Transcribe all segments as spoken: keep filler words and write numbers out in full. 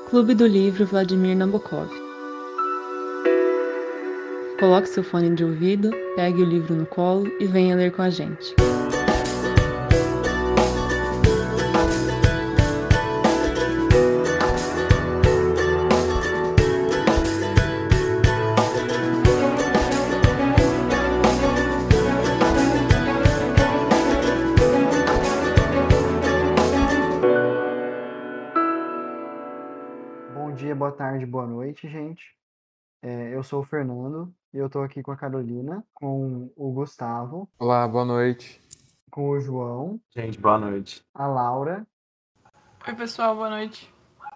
Clube do Livro Vladimir Nabokov. Coloque seu fone de ouvido, pegue o livro no colo e venha ler com a gente. Bom dia, boa tarde, boa noite, gente. É, eu sou o Fernando e eu tô aqui com a Carolina, com o Gustavo, Olá, boa noite. com o João, Gente, boa noite. a Laura Oi, pessoal, boa noite.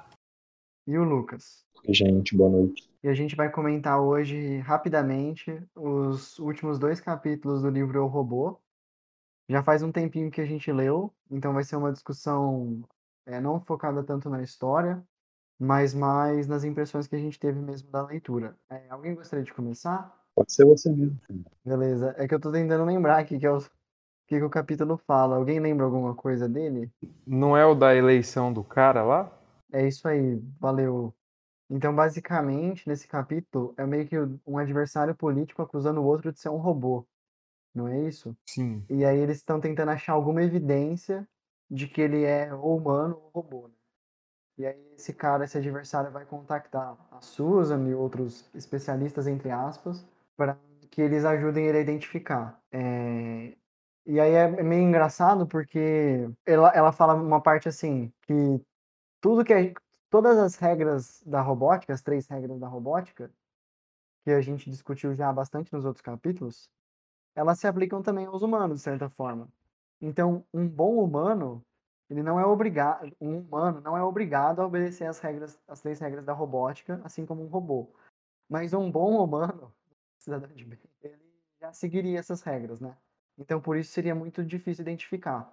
e o Lucas. Oi, gente, boa noite. E a gente vai comentar hoje, rapidamente, os últimos dois capítulos do livro Eu, Robô. Já faz um tempinho que a gente leu, então vai ser uma discussão é, não focada tanto na história, mas mais nas impressões que a gente teve mesmo da leitura. É, alguém gostaria de começar? Pode ser você mesmo, Fernando. Beleza. É que eu tô tentando lembrar aqui que é o que, que o capítulo fala. Alguém lembra alguma coisa dele? Não é o da eleição do cara lá? É isso aí, valeu. Então, basicamente, nesse capítulo, é meio que um adversário político acusando o outro de ser um robô, não é isso? Sim. E aí eles estão tentando achar alguma evidência de que ele é ou humano ou robô, né? E aí esse cara, esse adversário vai contactar a Susan e outros especialistas, entre aspas, para que eles ajudem ele a identificar. É, E aí é meio engraçado porque ela, ela fala uma parte assim, que tudo que a, todas as regras da robótica, as três regras da robótica, que a gente discutiu já bastante nos outros capítulos, elas se aplicam também aos humanos, de certa forma. Então, um bom humano, ele não é obrigado, um humano não é obrigado a obedecer as regras, as três regras da robótica, assim como um robô. Mas um bom humano, cidadão de bem, ele já seguiria essas regras, né? Então, por isso seria muito difícil identificar.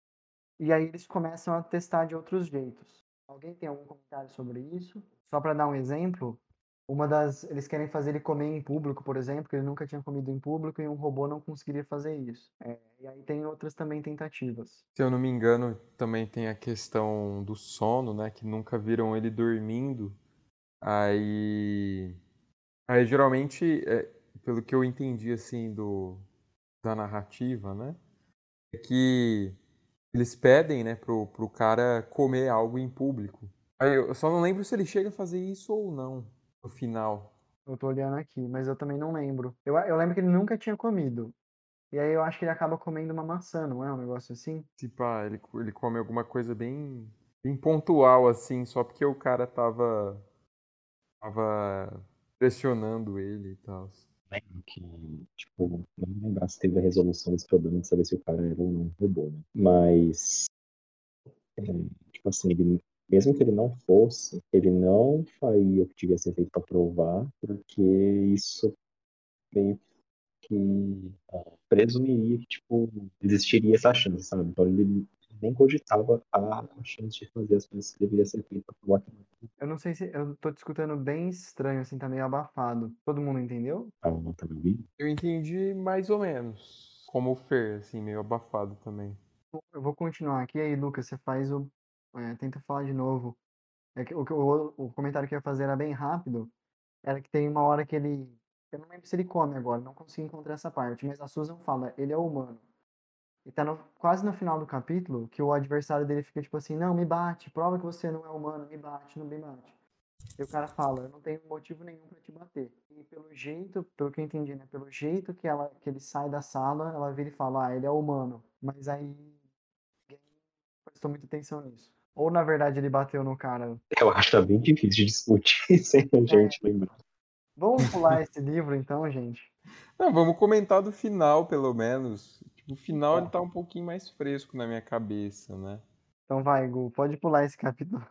E aí eles começam a testar de outros jeitos. Alguém tem algum comentário sobre isso? Só para dar um exemplo, uma das eles querem fazer ele comer em público, por exemplo, que ele nunca tinha comido em público e um robô não conseguiria fazer isso. É, e aí tem outras também tentativas. Se eu não me engano, também tem a questão do sono, né? Que nunca viram ele dormindo. Aí. Aí geralmente, é, pelo que eu entendi assim do, da narrativa, né? É que eles pedem, né, pro, pro cara comer algo em público. Aí eu só não lembro se ele chega a fazer isso ou não no final. Eu tô olhando aqui, mas eu também não lembro. Eu, eu lembro que ele nunca tinha comido. E aí eu acho que ele acaba comendo uma maçã, não é um negócio assim? Tipo, ah, ele, ele come alguma coisa bem, bem pontual, assim, só porque o cara tava, tava pressionando ele e tal. Lembro que, tipo, não me lembrar se teve a resolução desse problema de saber se o cara era ou não um robô, né? Mas, é, tipo assim, ele, mesmo que ele não fosse, ele não faria o que devia ser feito para provar, porque isso meio que ah, presumiria que, tipo, existiria essa chance, sabe? Então ele nem cogitava a chance de fazer as coisas que deveria ser feito para provar que não Eu não sei se eu tô te escutando bem estranho, assim, tá meio abafado. Todo mundo entendeu? estava não estava ouvindo. Eu entendi mais ou menos. Como o Fer, assim, meio abafado também. Eu vou continuar aqui, aí, Lucas, você faz o. É, tenta falar de novo. É que o, que- o, o comentário que eu ia fazer era bem rápido. Era que tem uma hora que ele. Eu não lembro se ele come agora, não consegui encontrar essa parte, mas a Susan fala, ele é humano. E tá no- quase no final do capítulo que o adversário dele fica tipo assim: não, me bate, prova que você não é humano, me bate, não me bate. E o cara fala: eu não tenho motivo nenhum pra te bater. E pelo jeito, pelo que eu entendi, né? Pelo jeito que, ela, que ele sai da sala, ela vira e fala: ah, ele é humano. Mas aí ninguém prestou muita atenção nisso. Ou na verdade ele bateu no cara. Eu acho que tá bem difícil de discutir sem a É, gente lembrar. vamos pular esse livro então, gente. Não, vamos comentar do final, pelo menos. Tipo, o final ele Tá. tá um pouquinho mais fresco na minha cabeça, né? Então vai, Gu, pode pular esse capítulo.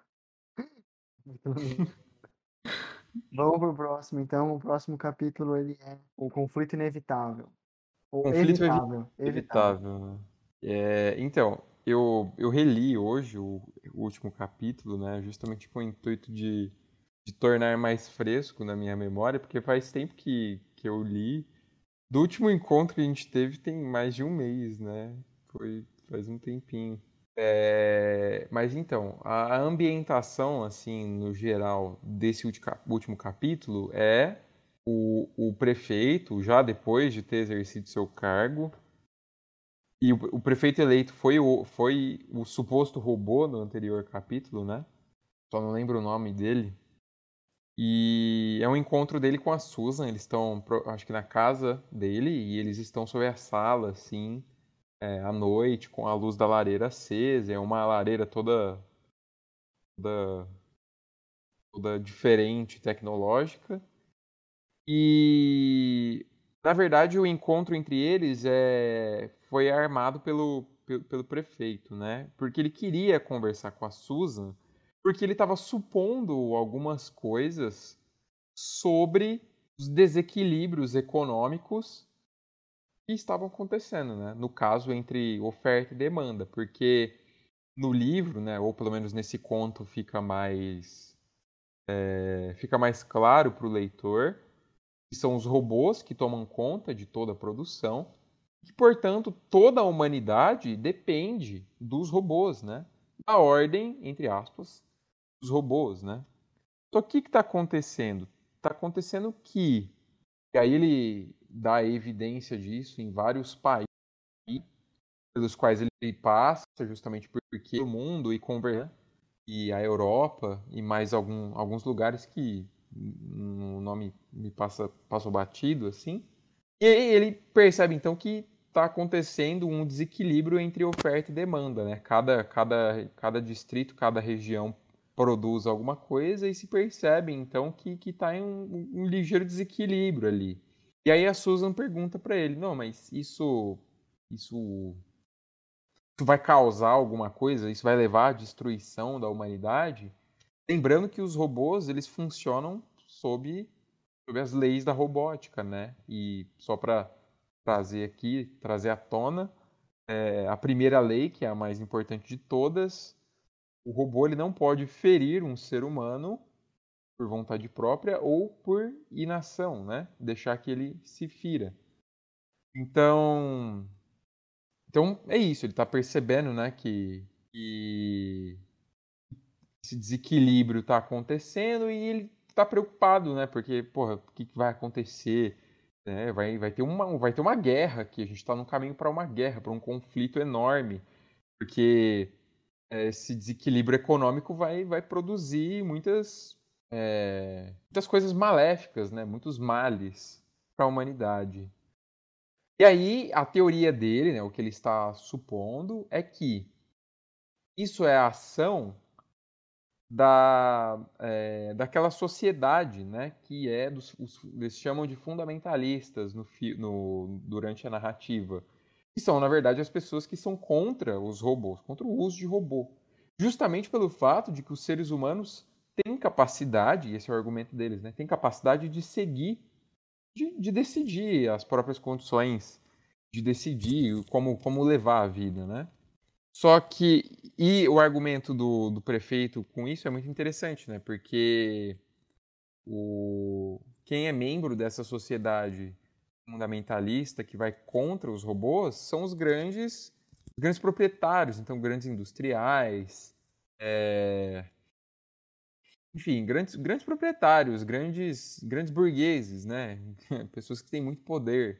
Vamos pro próximo, então. O próximo capítulo ele é o conflito inevitável. Ou Conflito evi- evitável. Evitável. evitável, né? É, então, eu, eu reli hoje o, o último capítulo, né? Justamente com o intuito de, de tornar mais fresco na minha memória, porque faz tempo que, que eu li. Do último encontro que a gente teve tem mais de um mês, né? Foi faz um tempinho. É, mas então, a ambientação, assim, no geral, desse ulti- cap- último capítulo é o, o prefeito, já depois de ter exercido seu cargo, e o, o prefeito eleito foi o, foi o suposto robô no anterior capítulo, né? Só não lembro o nome dele. E é um encontro dele com a Susan. Eles estão, pro- acho que na casa dele, e eles estão sobre a sala, assim, é, à noite, com a luz da lareira acesa. É uma lareira toda, toda, toda diferente, tecnológica. E, na verdade, o encontro entre eles é, foi armado pelo, pelo, pelo prefeito, né? Porque ele queria conversar com a Susan, porque ele estava supondo algumas coisas sobre os desequilíbrios econômicos que estavam acontecendo, né? No caso, entre oferta e demanda, porque no livro, né, ou pelo menos nesse conto, fica mais, é, fica mais claro para o leitor que são os robôs que tomam conta de toda a produção e, portanto, toda a humanidade depende dos robôs, né? Da ordem, entre aspas, dos robôs, né? Então, o que está acontecendo? Está acontecendo que, e aí ele dá a evidência disso em vários países pelos quais ele passa, justamente porque o mundo e conver e a Europa e mais algum, alguns lugares que o nome me passa passou batido assim. E aí ele percebe então que está acontecendo um desequilíbrio entre oferta e demanda, né? Cada, cada, cada distrito, cada região produz alguma coisa e se percebe então que está em um, um ligeiro desequilíbrio ali. E aí a Susan pergunta para ele, não, mas isso, isso, isso vai causar alguma coisa? Isso vai levar à destruição da humanidade? Lembrando que os robôs eles funcionam sob, sob as leis da robótica, né? E só para trazer aqui, trazer à tona, é, a primeira lei, que é a mais importante de todas, o robô ele não pode ferir um ser humano por vontade própria ou por inação, né? Deixar que ele se fira. Então, então é isso. Ele está percebendo, né, que, que esse desequilíbrio está acontecendo e ele está preocupado, né? Porque, porra, o que, que vai acontecer? Né? Vai, vai, ter uma, vai ter uma guerra aqui. A gente está no caminho para uma guerra, para um conflito enorme, porque é, esse desequilíbrio econômico vai, vai produzir muitas, é, muitas coisas maléficas, né? Muitos males para a humanidade. E aí, a teoria dele, né, o que ele está supondo, é que isso é a ação da, é, daquela sociedade, né, que é dos, os, eles chamam de fundamentalistas no, no, durante a narrativa, que são, na verdade, as pessoas que são contra os robôs, contra o uso de robô, justamente pelo fato de que os seres humanos têm capacidade, e esse é o argumento deles, né, têm capacidade de seguir, de, de decidir as próprias condições, de decidir como, como levar a vida, né? Só que, e o argumento do, do prefeito com isso é muito interessante, né? Porque o, quem é membro dessa sociedade fundamentalista que vai contra os robôs são os grandes, os grandes proprietários, então grandes industriais, é, enfim, grandes, grandes proprietários, grandes, grandes burgueses, né? Pessoas que têm muito poder.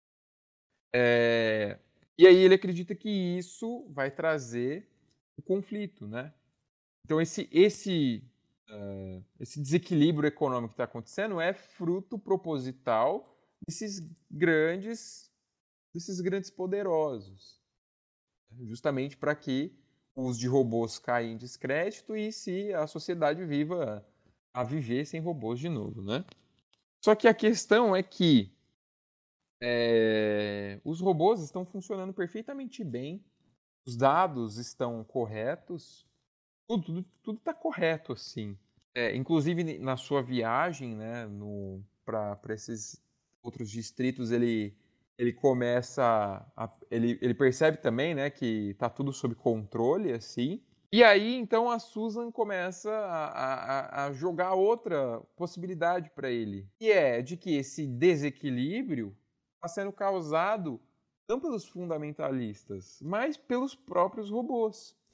É, e aí ele acredita que isso vai trazer o conflito, né? Então esse esse uh, esse desequilíbrio econômico que está acontecendo é fruto proposital desses grandes desses grandes poderosos, justamente para que os de robôs caem em descrédito e se a sociedade viva a viver sem robôs de novo, né? Só que a questão é que é, os robôs estão funcionando perfeitamente bem, os dados estão corretos, tudo tudo tudo está correto assim. É, inclusive na sua viagem, né, no para esses outros distritos, ele ele começa a, ele, ele percebe também, né, que tá tudo sob controle assim. E aí então a Susan começa a, a, a jogar outra possibilidade para ele, que é de que esse desequilíbrio está sendo causado não pelos fundamentalistas, mas pelos próprios robôs.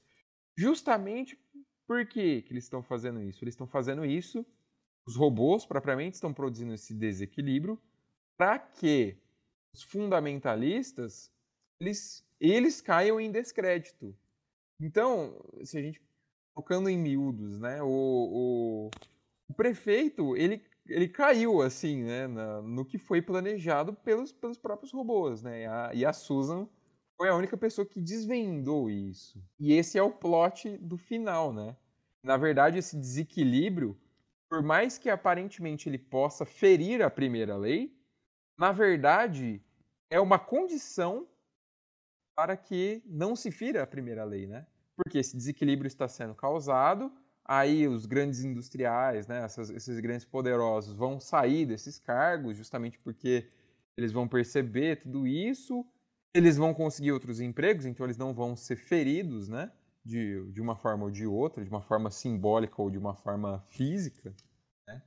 Justamente por que que eles estão fazendo isso? Eles estão fazendo isso, os robôs propriamente estão produzindo esse desequilíbrio para que os fundamentalistas eles, eles caiam em descrédito. Então, se a gente tocando em miúdos, né, o, o, o prefeito ele, ele caiu assim, né, na, no que foi planejado pelos, pelos próprios robôs, né, e a, e a Susan foi a única pessoa que desvendou isso. E esse é o plot do final, né? Na verdade, esse desequilíbrio, por mais que aparentemente ele possa ferir a primeira lei, na verdade é uma condição para que não se fira a primeira lei, né? Porque esse desequilíbrio está sendo causado, aí os grandes industriais, né, essas, esses grandes poderosos vão sair desses cargos justamente porque eles vão perceber tudo isso, eles vão conseguir outros empregos, então eles não vão ser feridos, né, de, de uma forma ou de outra, de uma forma simbólica ou de uma forma física, né?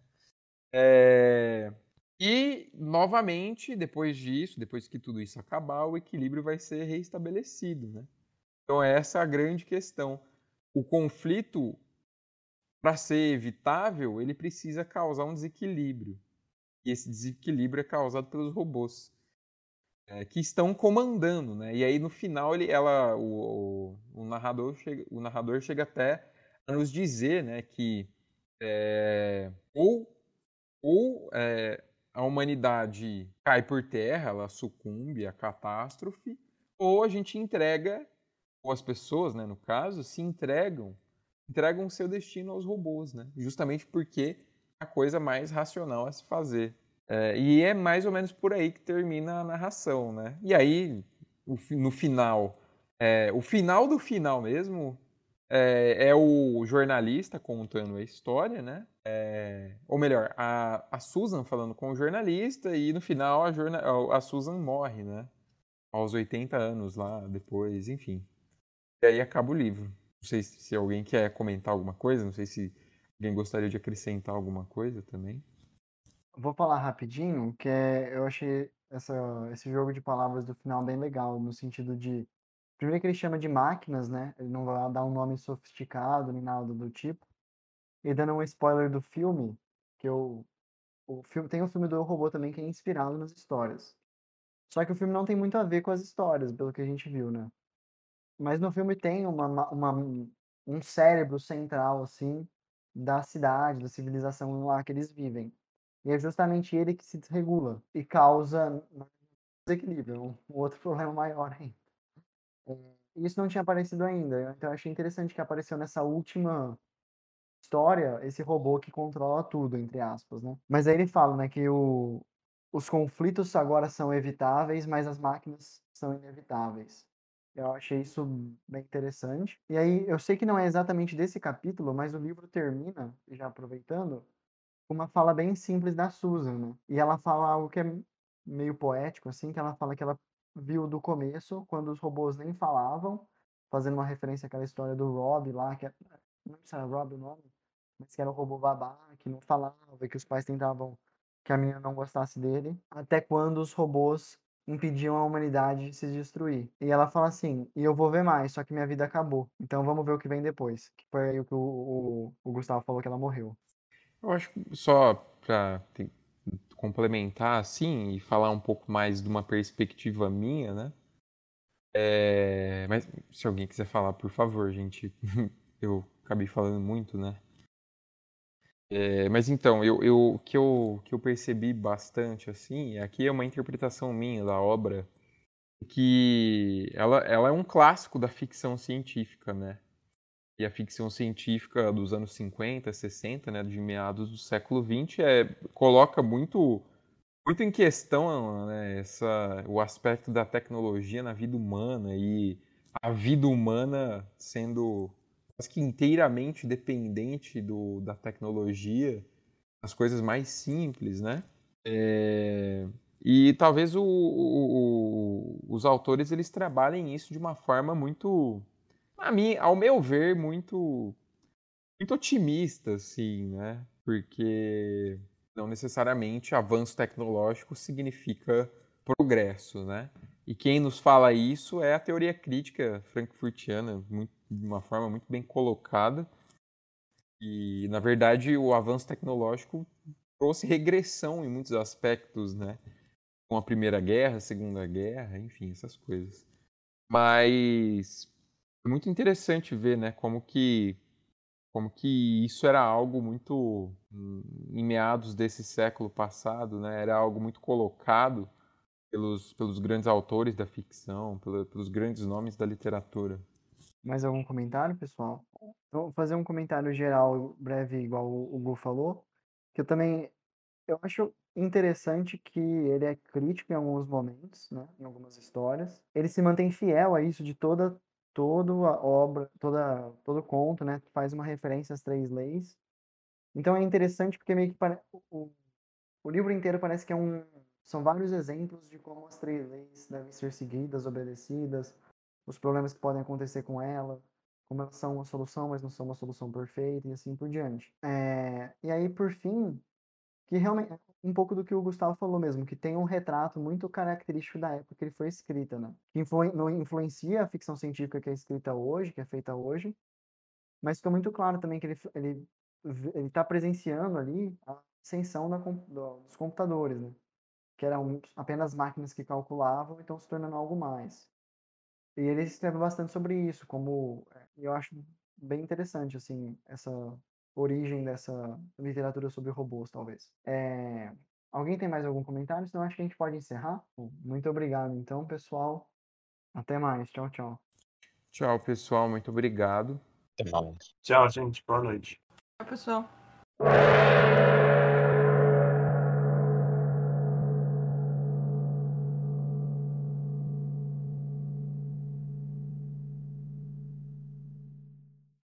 É... E, novamente, depois disso, depois que tudo isso acabar, o equilíbrio vai ser reestabelecido, né? Então, essa é a grande questão. O conflito, para ser evitável, ele precisa causar um desequilíbrio. E esse desequilíbrio é causado pelos robôs, é, que estão comandando, né? E aí, no final, ele, ela, o, o, o narrador chega, o narrador chega até a nos dizer, né, que é, ou, ou é, a humanidade cai por terra, ela sucumbe à catástrofe, ou a gente entrega, ou as pessoas, né, no caso, se entregam, entregam o seu destino aos robôs, né? Justamente porque é a coisa mais racional a se fazer. É, e é mais ou menos por aí que termina a narração, né? E aí, o, no final, é, o final do final mesmo é, é o jornalista contando a história, né? É, ou melhor, a, a Susan falando com o jornalista e no final a, jorna, a Susan morre, né? Aos oitenta anos lá depois, enfim. E aí acaba o livro. Não sei se alguém quer comentar alguma coisa, não sei se alguém gostaria de acrescentar alguma coisa também. Vou falar rapidinho, que é, eu achei essa, esse jogo de palavras do final bem legal, no sentido de, primeiro que ele chama de máquinas, né? Ele não vai dar um nome sofisticado nem nada do tipo. E dando um spoiler do filme, que eu, o filme tem um filme do Eu, Robô também que é inspirado nas histórias. Só que o filme não tem muito a ver com as histórias, pelo que a gente viu, né? Mas no filme tem uma, uma, um cérebro central, assim, da cidade, da civilização lá que eles vivem. E é justamente ele que se desregula e causa desequilíbrio, um um outro problema maior ainda. É, isso não tinha aparecido ainda, então eu achei interessante que apareceu nessa última história esse robô que controla tudo, entre aspas, né? Mas aí ele fala, né, que o, os conflitos agora são evitáveis, mas as máquinas são inevitáveis. Eu achei isso bem interessante. E aí, eu sei que não é exatamente desse capítulo, mas o livro termina, já aproveitando, com uma fala bem simples da Susan, né? E ela fala algo que é meio poético, assim, que ela fala que ela viu do começo, quando os robôs nem falavam, fazendo uma referência àquela história do Rob lá, que é, não sei se era Rob o nome, mas que era o robô babá, que não falava, e que os pais tentavam que a menina não gostasse dele, até quando os robôs impediam a humanidade de se destruir. E ela fala assim, e eu vou ver mais, só que minha vida acabou. Então vamos ver o que vem depois. Que foi aí o que o, o, o Gustavo falou que ela morreu. Eu acho que só para complementar assim e falar um pouco mais de uma perspectiva minha, né? É, mas se alguém quiser falar, por favor, gente. Eu acabei falando muito, né? É, mas então, eu, eu, o que eu, que eu percebi bastante, assim, aqui é uma interpretação minha da obra, que ela, ela é um clássico da ficção científica, né? E a ficção científica dos anos cinquenta, sessenta, né, de meados do século vinte, é, coloca muito, muito em questão, né, essa, o aspecto da tecnologia na vida humana e a vida humana sendo quase que inteiramente dependente do, da tecnologia, as coisas mais simples, né? É, e talvez o, o, o, os autores eles trabalhem isso de uma forma muito, a mim, ao meu ver, muito, muito otimista, assim, né? Porque não necessariamente avanço tecnológico significa progresso, né? E quem nos fala isso é a teoria crítica frankfurtiana, muito, de uma forma muito bem colocada. E, na verdade, o avanço tecnológico trouxe regressão em muitos aspectos, né? Com a Primeira Guerra, a Segunda Guerra, enfim, essas coisas. Mas é muito interessante ver, né, como que, como que isso era algo muito, em meados desse século passado, né? Era algo muito colocado pelos, pelos grandes autores da ficção, pela- pelos grandes nomes da literatura. Mais algum comentário, pessoal? Então, vou fazer um comentário geral, breve, igual o o Gu falou, que eu também eu acho interessante que ele é crítico em alguns momentos, né, em algumas histórias. Ele se mantém fiel a isso de toda toda a obra, toda todo conto, né, faz uma referência às três leis. Então é interessante porque meio que pare... o, o livro inteiro parece que é um são vários exemplos de como as três leis devem ser seguidas, obedecidas, os problemas que podem acontecer com ela, como elas são uma solução, mas não são uma solução perfeita e assim por diante. É, e aí, por fim, que realmente um pouco do que o Gustavo falou mesmo, que tem um retrato muito característico da época que ele foi escrita, né? Que influ, não influencia a ficção científica que é escrita hoje, que é feita hoje, mas fica muito claro também que ele ele ele está presenciando ali a ascensão da, do, dos computadores, né? Que eram apenas máquinas que calculavam e estão se tornando algo mais. E ele escreve bastante sobre isso, como eu acho bem interessante assim essa origem dessa literatura sobre robôs, talvez. É, alguém tem mais algum comentário? Senão acho que a gente pode encerrar. Bom, muito obrigado, então, pessoal. Até mais. Tchau, tchau. Tchau, pessoal. Muito obrigado. Até mais. Tchau, gente. Boa noite. Tchau, pessoal.